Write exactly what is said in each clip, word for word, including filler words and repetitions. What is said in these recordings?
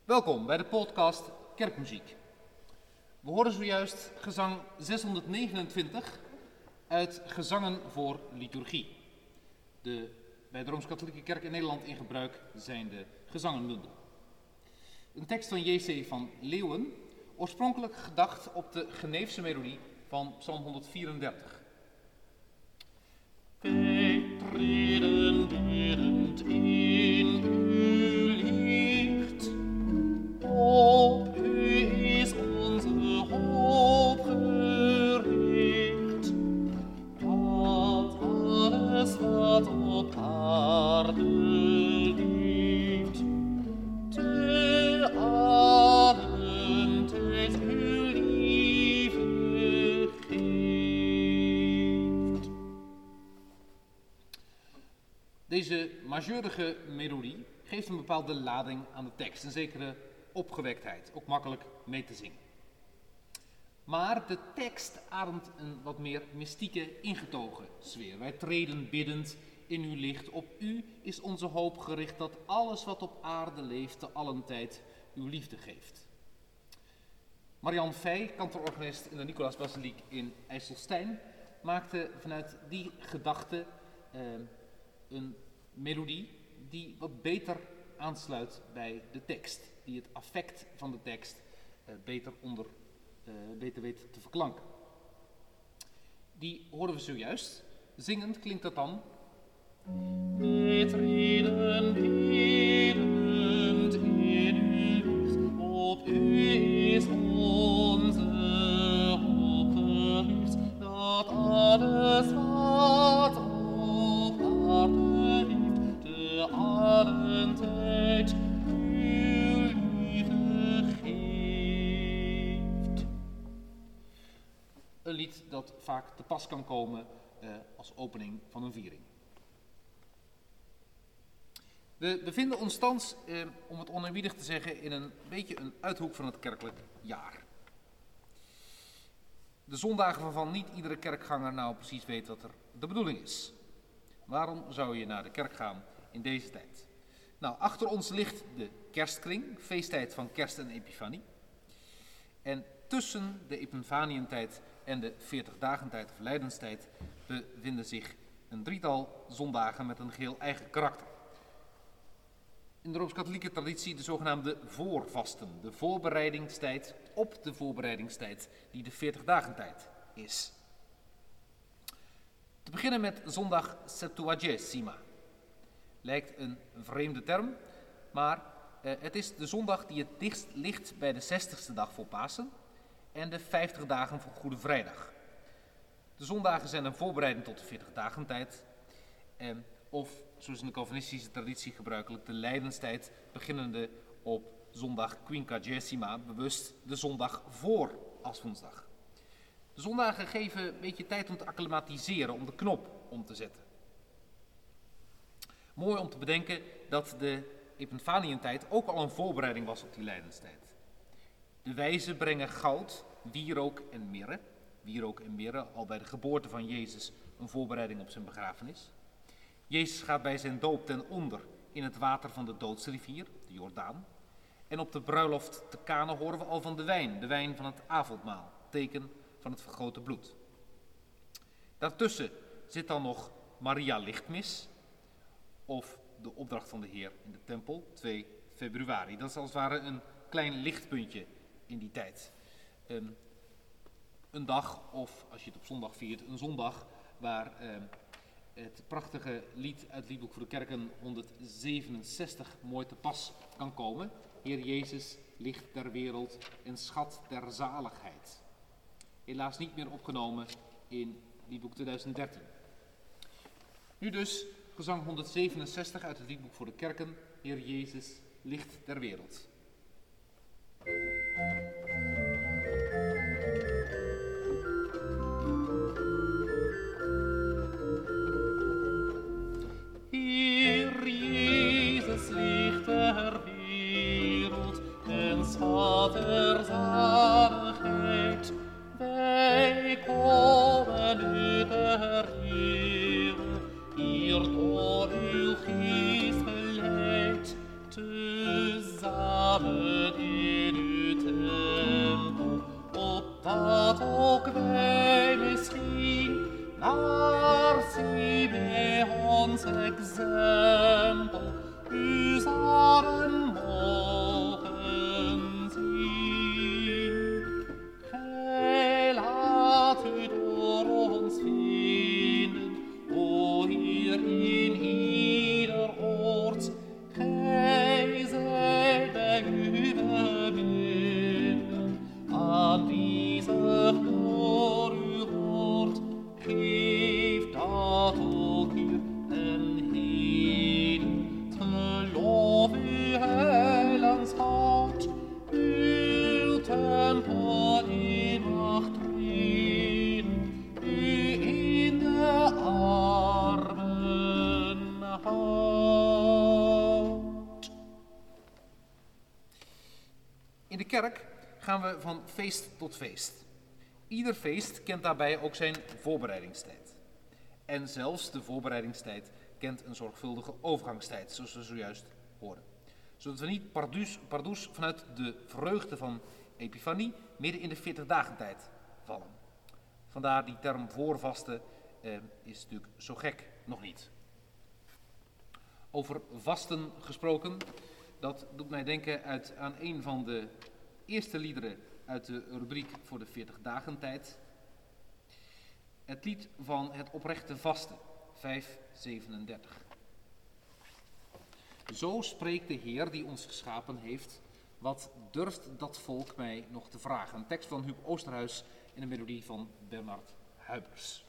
Welkom bij de podcast Kerkmuziek. We horen zojuist gezang zeshonderdnegenentwintig uit Gezangen voor Liturgie. De bij de Rooms-Katholieke Kerk in Nederland in gebruik zijnde gezangenbundel. Een tekst van J C van Leeuwen, oorspronkelijk gedacht op de Geneefse melodie van Psalm honderdvierendertig. Wij treden biddend in uw licht. Op u is onze hoop gericht. Dat alles wat op aarde leeft, te allen tijd uw liefde geeft. Deze majeurige melodie geeft een bepaalde lading aan de tekst, een zekere opgewektheid, ook makkelijk mee te zingen. Maar de tekst ademt een wat meer mystieke, ingetogen sfeer. Wij treden biddend in uw licht. Op u is onze hoop gericht dat alles wat op aarde leeft te allen tijd uw liefde geeft. Marian Feij, kantororganist in de Nicolaasbasiliek in IJsselstein, maakte vanuit die gedachte eh, een melodie die wat beter aansluit bij de tekst, die het affect van de tekst uh, beter, onder, uh, beter weet te verklanken. Die horen we zojuist. Zingend klinkt dat dan. Wij treden biddend in uw licht, op u is onze hoop gericht, dat alles wat op aarde leeft, te allen tijd uw liefde geeft. Een lied dat vaak te pas kan komen uh, als opening van een viering. We bevinden ons thans, eh, om het oneerbiedig te zeggen, in een beetje een uithoek van het kerkelijk jaar. De zondagen waarvan niet iedere kerkganger nou precies weet wat er de bedoeling is. Waarom zou je naar de kerk gaan in deze tijd? Nou, achter ons ligt de kerstkring, feesttijd van kerst en epifanie. En tussen de epifaniëntijd en de veertig-dagentijd of lijdenstijd bevinden zich een drietal zondagen met een geheel eigen karakter. In de Rooms-Katholieke traditie de zogenaamde voorvasten, de voorbereidingstijd op de voorbereidingstijd die de veertig-dagentijd is. Te beginnen met zondag Septuagesima. Lijkt een vreemde term, maar eh, het is de zondag die het dichtst ligt bij de zestigste dag voor Pasen en de vijftig dagen voor Goede Vrijdag. De zondagen zijn een voorbereiding tot de veertig-dagentijd eh, of, zoals in de Calvinistische traditie gebruikelijk, de lijdenstijd beginnende op zondag Quinquagesima, bewust de zondag voor Aswoensdag. De zondagen geven een beetje tijd om te acclimatiseren, om de knop om te zetten. Mooi om te bedenken dat de Epifaniëntijd ook al een voorbereiding was op die lijdenstijd. De wijzen brengen goud, wierook en mirre. Wierook en mirre, al bij de geboorte van Jezus een voorbereiding op zijn begrafenis. Jezus gaat bij zijn doop ten onder in het water van de doodsrivier, de Jordaan. En op de bruiloft te Kana horen we al van de wijn, de wijn van het avondmaal, teken van het vergoten bloed. Daartussen zit dan nog Maria Lichtmis, of de opdracht van de Heer in de tempel, twee februari. Dat is als het ware een klein lichtpuntje in die tijd. Um, een dag, of als je het op zondag viert, een zondag waar um, het prachtige lied uit het liedboek voor de kerken honderdzevenenzestig mooi te pas kan komen. Heer Jezus, licht der wereld en schat der zaligheid. Helaas niet meer opgenomen in liedboek tweeduizend dertien. Nu dus gezang honderdzevenenzestig uit het liedboek voor de kerken. Heer Jezus, licht der wereld. Heer Jezus, licht der wereld en schat der zaligheid, wij komen u ter ere, hier door uw geest geleid, te zalig. exempel u zouden mogen zien. Gij laat u door ons vinden, o hier in ieder oord. Gij zijt bij u beminden, aanwezig door uw woord. Geef dat ook hier en heden te lof u heilands hart. Uw tempel in macht treden, u in de armen houdt. In de kerk gaan we van feest tot feest. Ieder feest kent daarbij ook zijn voorbereidingstijd. En zelfs de voorbereidingstijd kent een zorgvuldige overgangstijd, zoals we zojuist hoorden. Zodat we niet pardoes, pardoes vanuit de vreugde van Epifanie midden in de veertig dagentijd vallen. Vandaar die term voorvasten eh, is natuurlijk zo gek nog niet. Over vasten gesproken, dat doet mij denken uit, aan een van de eerste liederen uit de rubriek voor de veertig dagentijd. Het lied van het oprechte vasten, vijf zevenendertig. Zo spreekt de Heer die ons geschapen heeft, wat durft dat volk mij nog te vragen? Een tekst van Huub Oosterhuis in een melodie van Bernard Huibers.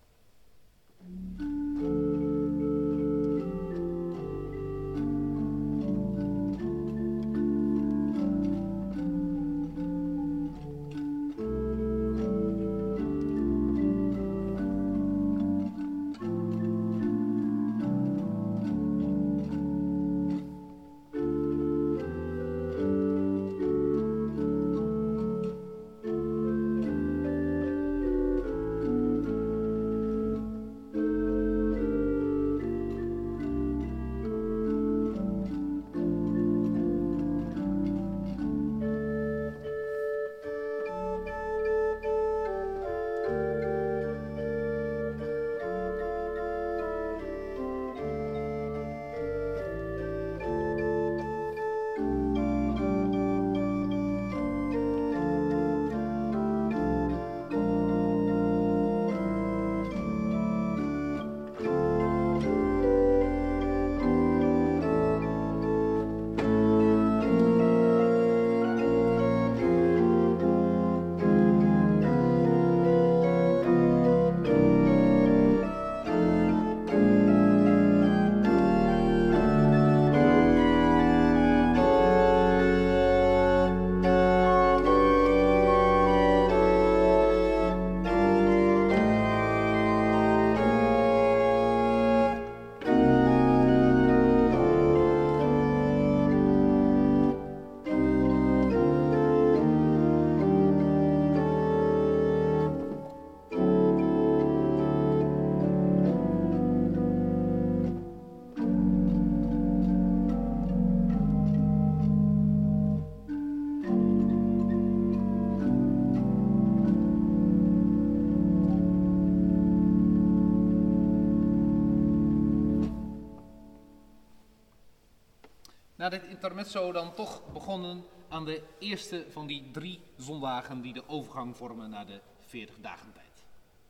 Na dit intermezzo dan toch begonnen aan de eerste van die drie zondagen die de overgang vormen naar de veertig dagentijd.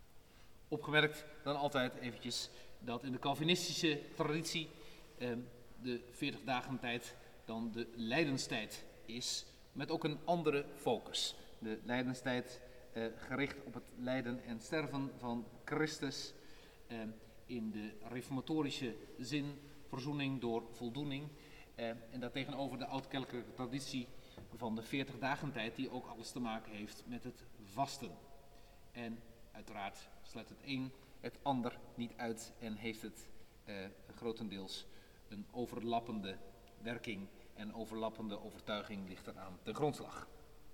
Opgemerkt dan altijd eventjes dat in de Calvinistische traditie eh, de veertig dagentijd dan de lijdenstijd is, met ook een andere focus. De lijdenstijd eh, gericht op het lijden en sterven van Christus, eh, in de reformatorische zin verzoening door voldoening. Uh, en daartegenover de oud-kerkelijke traditie van de veertig dagentijd, die ook alles te maken heeft met het vasten. En uiteraard sluit het een het ander niet uit en heeft het uh, grotendeels een overlappende werking en overlappende overtuiging ligt eraan ten grondslag.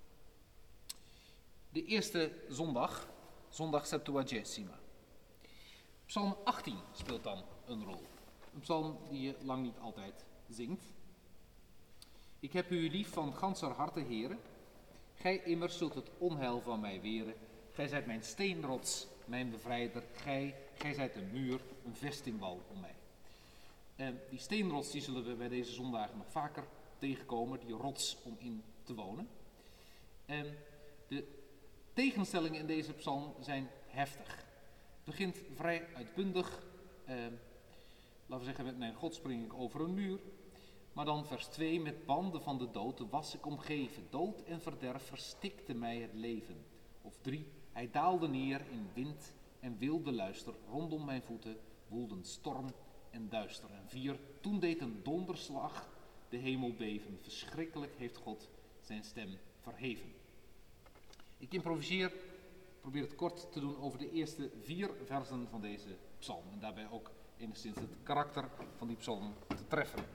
De eerste zondag, zondag Septuagesima. Psalm achttien speelt dan een rol. Een psalm die je lang niet altijd zingt. Ik heb u lief van ganser harte, Heere. Gij immers zult het onheil van mij weren. Gij zijt mijn steenrots, mijn bevrijder. Gij, gij zijt een muur, een vestingwal om mij. En die steenrots die zullen we bij deze zondagen nog vaker tegenkomen, die rots om in te wonen. En de tegenstellingen in deze psalm zijn heftig. Het begint vrij uitbundig. Eh, laten we zeggen, met mijn God spring ik over een muur. Maar dan vers twee, met banden van de dood was ik omgeven. Dood en verderf verstikte mij het leven. Of drie, hij daalde neer in wind en wilde luister. Rondom mijn voeten woelden storm en duister. En vier, toen deed een donderslag de hemel beven. Verschrikkelijk heeft God zijn stem verheven. Ik improviseer, probeer het kort te doen over de eerste vier versen van deze psalm. En daarbij ook enigszins het karakter van die psalm te treffen.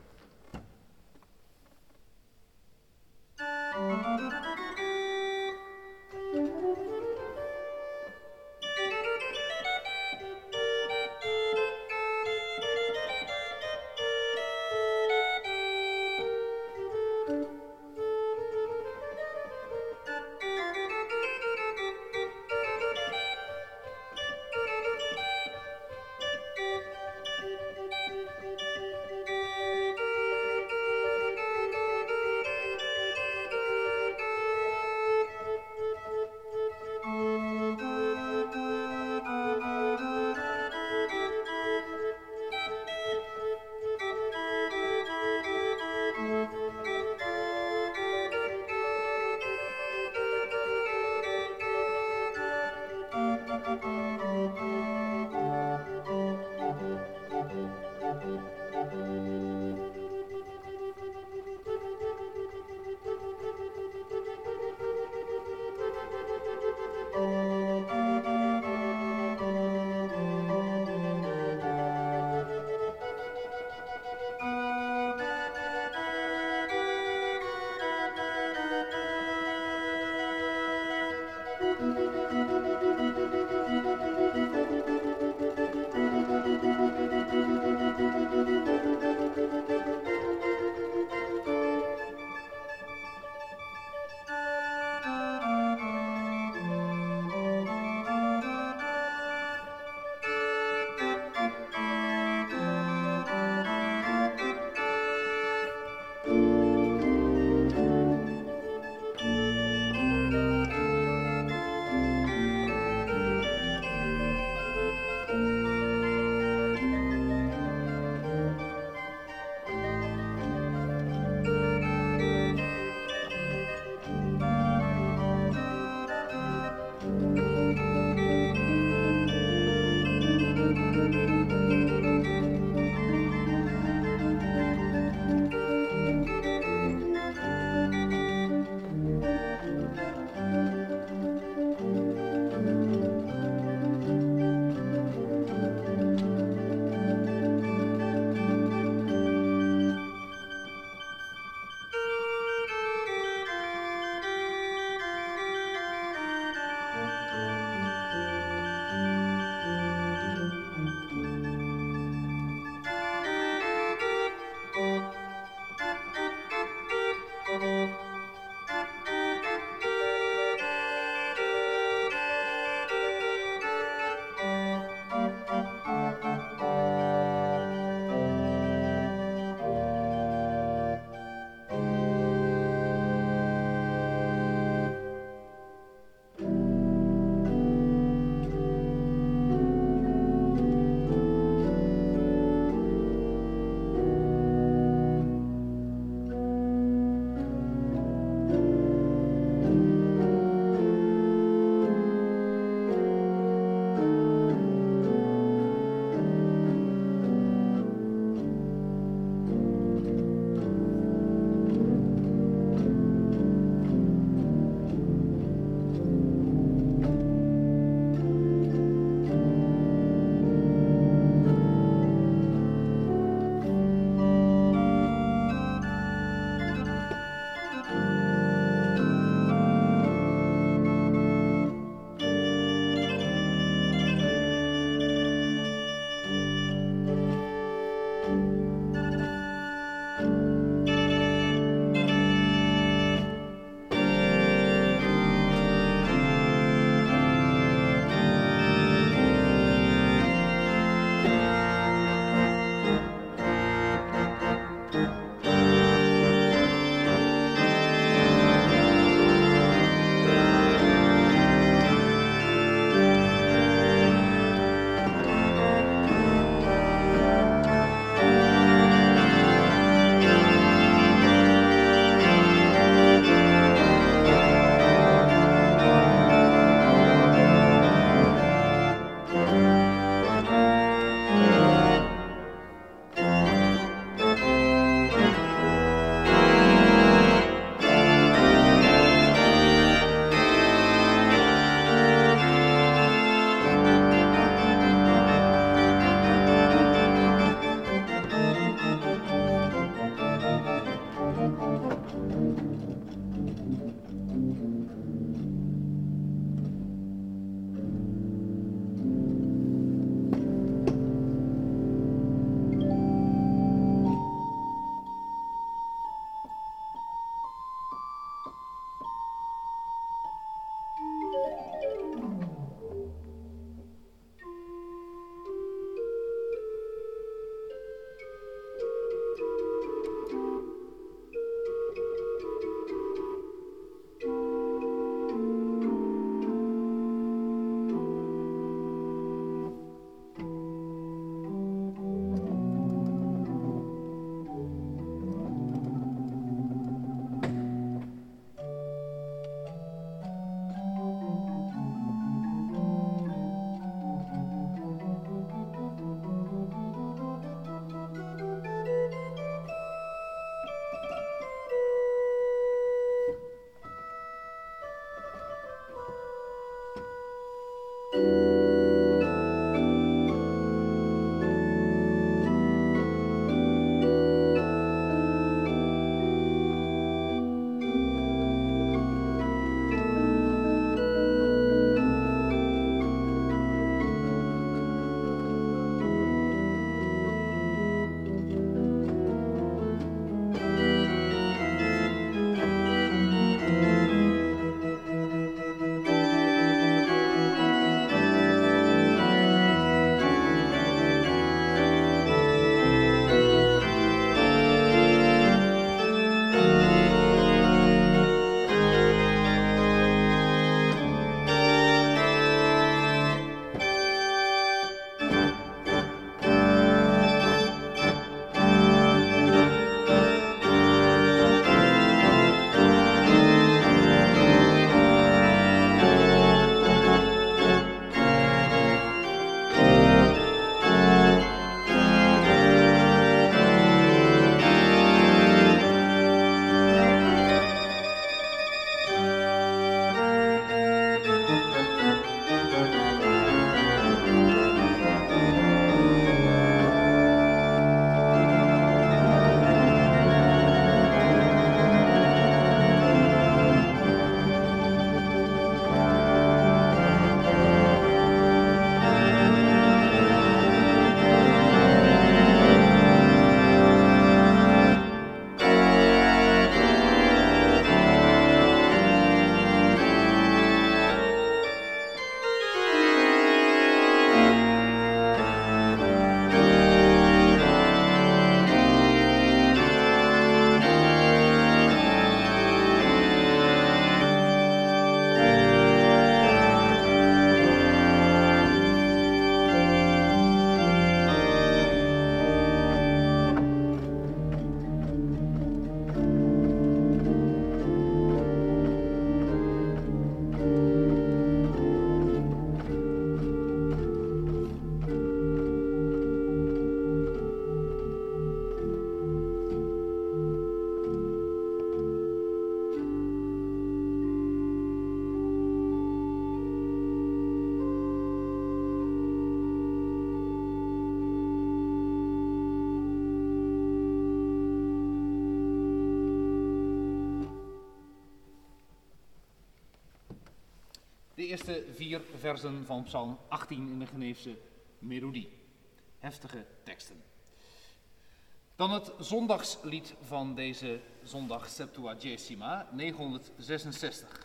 eerste vier versen van Psalm achttien in de Geneefse melodie. Heftige teksten. Dan het zondagslied van deze zondag Septuagesima, negenhonderdzesenzestig.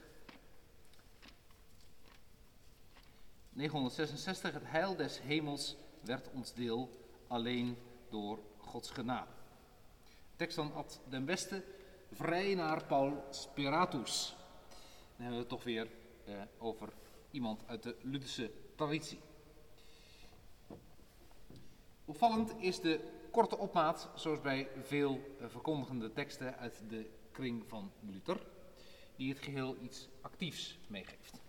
negenhonderdzesenzestig, het heil des hemels werd ons deel, alleen door Gods genade. Tekst van Ad den Beste, vrij naar Paul Speratus. Dan hebben we het toch weer eh, over iemand uit de Lutherse traditie. Opvallend is de korte opmaat, zoals bij veel uh, verkondigende teksten uit de kring van Luther, die het geheel iets actiefs meegeeft.